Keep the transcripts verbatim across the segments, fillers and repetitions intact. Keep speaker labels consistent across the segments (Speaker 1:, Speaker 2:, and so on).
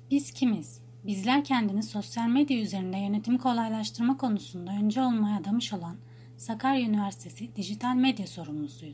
Speaker 1: Biz kimiz? Bizler kendini sosyal medya üzerinde yönetimi kolaylaştırma konusunda öncü olmaya adamış olan Sakarya Üniversitesi Dijital Medya sorumlusuyuz.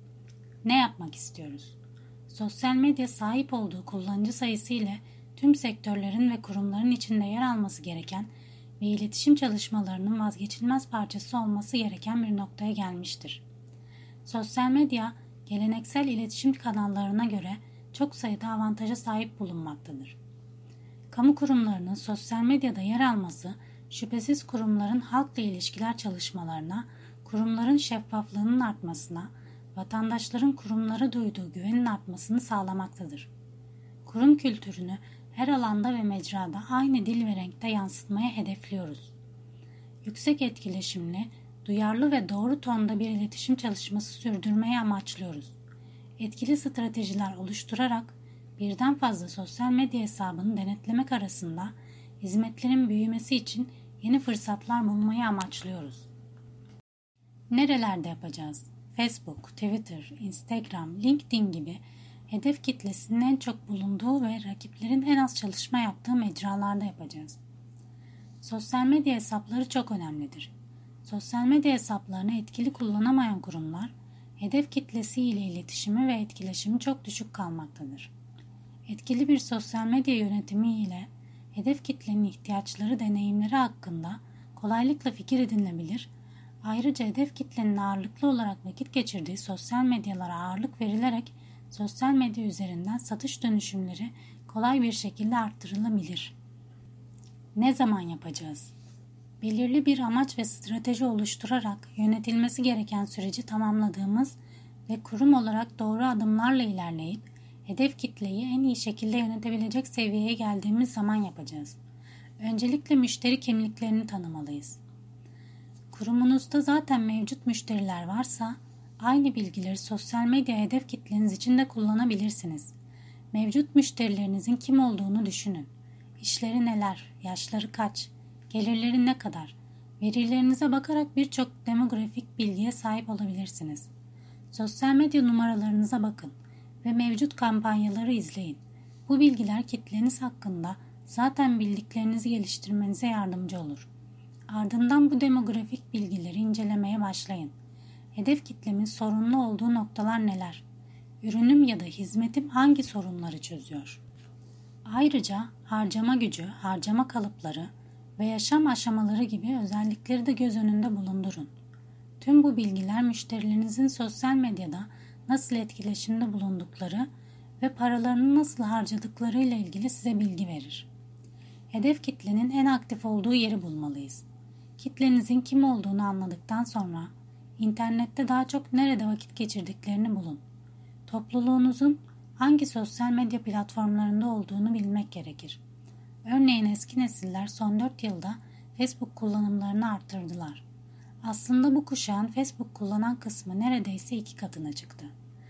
Speaker 1: Ne yapmak istiyoruz? Sosyal medya sahip olduğu kullanıcı sayısı ile tüm sektörlerin ve kurumların içinde yer alması gereken ve iletişim çalışmalarının vazgeçilmez parçası olması gereken bir noktaya gelmiştir. Sosyal medya, geleneksel iletişim kanallarına göre çok sayıda avantaja sahip bulunmaktadır. Kamu kurumlarının sosyal medyada yer alması, şüphesiz kurumların halkla ilişkiler çalışmalarına, kurumların şeffaflığının artmasına, vatandaşların kurumlara duyduğu güvenin artmasını sağlamaktadır. Kurum kültürünü her alanda ve mecrada aynı dil ve renkte yansıtmaya hedefliyoruz. Yüksek etkileşimli, duyarlı ve doğru tonda bir iletişim çalışması sürdürmeyi amaçlıyoruz. Etkili stratejiler oluşturarak birden fazla sosyal medya hesabını denetlemek arasında hizmetlerin büyümesi için yeni fırsatlar bulmayı amaçlıyoruz. Nerelerde yapacağız? Facebook, Twitter, Instagram, LinkedIn gibi hedef kitlesinin en çok bulunduğu ve rakiplerin en az çalışma yaptığı mecralarda yapacağız. Sosyal medya hesapları çok önemlidir. Sosyal medya hesaplarını etkili kullanamayan kurumlar, hedef kitlesi ile iletişimi ve etkileşimi çok düşük kalmaktadır. Etkili bir sosyal medya yönetimi ile hedef kitlenin ihtiyaçları, deneyimleri hakkında kolaylıkla fikir edinilebilir. Ayrıca hedef kitlenin ağırlıklı olarak vakit geçirdiği sosyal medyalara ağırlık verilerek sosyal medya üzerinden satış dönüşümleri kolay bir şekilde arttırılabilir. Ne zaman yapacağız? Belirli bir amaç ve strateji oluşturarak yönetilmesi gereken süreci tamamladığımız ve kurum olarak doğru adımlarla ilerleyip hedef kitleyi en iyi şekilde yönetebilecek seviyeye geldiğimiz zaman yapacağız. Öncelikle müşteri kimliklerini tanımalıyız. Kurumunuzda zaten mevcut müşteriler varsa aynı bilgileri sosyal medya hedef kitleniz için de kullanabilirsiniz. Mevcut müşterilerinizin kim olduğunu düşünün. İşleri neler, yaşları kaç, gelirleri ne kadar? Verilerinize bakarak birçok demografik bilgiye sahip olabilirsiniz. Sosyal medya numaralarınıza bakın ve mevcut kampanyaları izleyin. Bu bilgiler kitleniz hakkında zaten bildiklerinizi geliştirmenize yardımcı olur. Ardından bu demografik bilgileri incelemeye başlayın. Hedef kitlemin sorunlu olduğu noktalar neler? Ürünüm ya da hizmetim hangi sorunları çözüyor? Ayrıca harcama gücü, harcama kalıpları ve yaşam aşamaları gibi özellikleri de göz önünde bulundurun. Tüm bu bilgiler müşterilerinizin sosyal medyada nasıl etkileşimde bulundukları ve paralarını nasıl harcadıkları ile ilgili size bilgi verir. Hedef kitlenin en aktif olduğu yeri bulmalıyız. Kitlenizin kim olduğunu anladıktan sonra internette daha çok nerede vakit geçirdiklerini bulun. Topluluğunuzun hangi sosyal medya platformlarında olduğunu bilmek gerekir. Örneğin eski nesiller son dört yılda Facebook kullanımlarını arttırdılar. Aslında bu kuşağın Facebook kullanan kısmı neredeyse iki katına çıktı.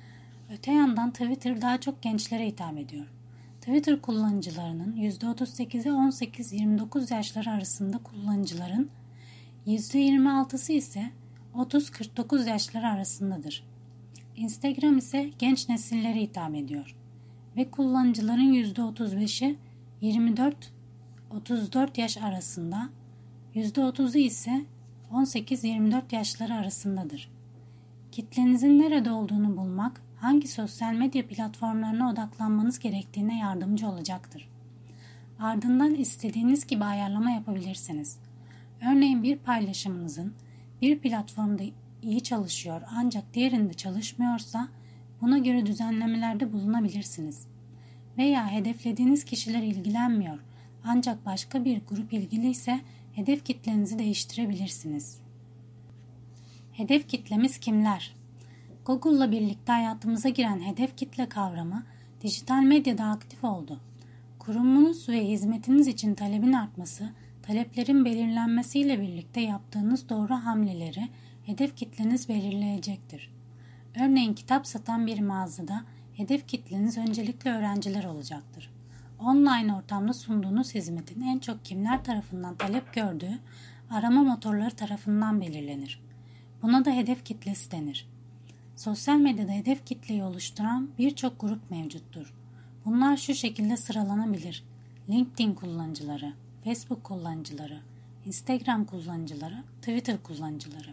Speaker 1: Öte yandan Twitter daha çok gençlere hitap ediyor. Twitter kullanıcılarının yüzde otuz sekizi on sekiz yirmi dokuz yaşları arasında kullanıcıların yüzde yirmi altısı ise otuz kırk dokuz yaşları arasındadır. Instagram ise genç nesillere hitap ediyor ve kullanıcıların yüzde otuz beşi yirmi dört otuz dört yaş arasında, yüzde otuzu ise on sekiz yirmi dört yaşları arasındadır. Kitlenizin nerede olduğunu bulmak, hangi sosyal medya platformlarına odaklanmanız gerektiğine yardımcı olacaktır. Ardından istediğiniz gibi ayarlama yapabilirsiniz. Örneğin bir paylaşımınızın bir platformda iyi çalışıyor ancak diğerinde çalışmıyorsa buna göre düzenlemelerde bulunabilirsiniz. Veya hedeflediğiniz kişiler ilgilenmiyor ancak başka bir grup ilgiliyse hedef kitlenizi değiştirebilirsiniz. Hedef kitlemiz kimler? Google'la birlikte hayatımıza giren hedef kitle kavramı dijital medyada aktif oldu. Kurumunuz ve hizmetiniz için talebin artması, taleplerin belirlenmesiyle birlikte yaptığınız doğru hamleleri hedef kitleniz belirleyecektir. Örneğin kitap satan bir mağazada hedef kitleniz öncelikle öğrenciler olacaktır. Online ortamda sunduğunuz hizmetin en çok kimler tarafından talep gördüğü arama motorları tarafından belirlenir. Buna da hedef kitlesi denir. Sosyal medyada hedef kitleyi oluşturan birçok grup mevcuttur. Bunlar şu şekilde sıralanabilir. LinkedIn kullanıcıları, Facebook kullanıcıları, Instagram kullanıcıları, Twitter kullanıcıları.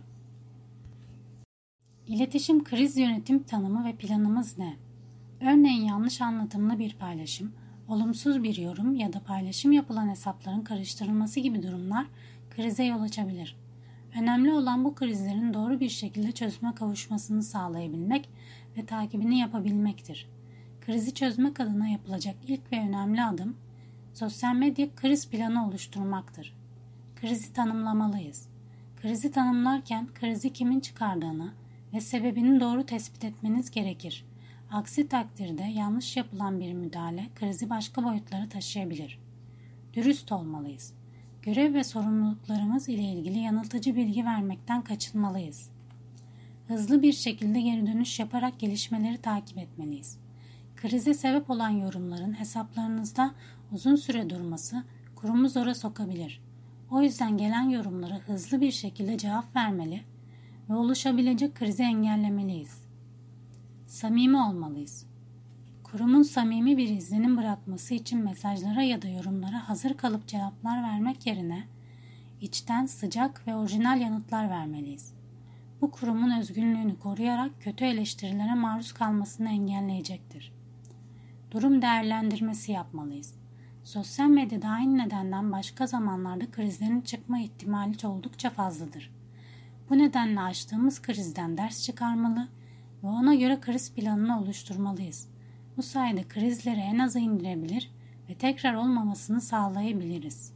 Speaker 1: İletişim kriz yönetim tanımı ve planımız ne? Örneğin yanlış anlatımlı bir paylaşım, olumsuz bir yorum ya da paylaşım yapılan hesapların karıştırılması gibi durumlar krize yol açabilir. Önemli olan bu krizlerin doğru bir şekilde çözüme kavuşmasını sağlayabilmek ve takibini yapabilmektir. Krizi çözmek adına yapılacak ilk ve önemli adım, sosyal medya kriz planı oluşturmaktır. Krizi tanımlamalıyız. Krizi tanımlarken krizi kimin çıkardığını ve sebebini doğru tespit etmeniz gerekir. Aksi takdirde yanlış yapılan bir müdahale krizi başka boyutlara taşıyabilir. Dürüst olmalıyız. Görev ve sorumluluklarımız ile ilgili yanıltıcı bilgi vermekten kaçınmalıyız. Hızlı bir şekilde geri dönüş yaparak gelişmeleri takip etmeliyiz. Krize sebep olan yorumların hesaplarınızda uzun süre durması kurumu zora sokabilir. O yüzden gelen yorumlara hızlı bir şekilde cevap vermeli ve oluşabilecek krizi engellemeliyiz. Samimi olmalıyız. Kurumun samimi bir izlenim bırakması için mesajlara ya da yorumlara hazır kalıp cevaplar vermek yerine içten, sıcak ve orijinal yanıtlar vermeliyiz. Bu kurumun özgünlüğünü koruyarak kötü eleştirilere maruz kalmasını engelleyecektir. Durum değerlendirmesi yapmalıyız. Sosyal medyada aynı nedenden başka zamanlarda krizlerin çıkma ihtimali oldukça fazladır. Bu nedenle açtığımız krizden ders çıkarmalı ve ona göre kriz planını oluşturmalıyız. Bu sayede krizleri en aza indirebilir ve tekrar olmamasını sağlayabiliriz.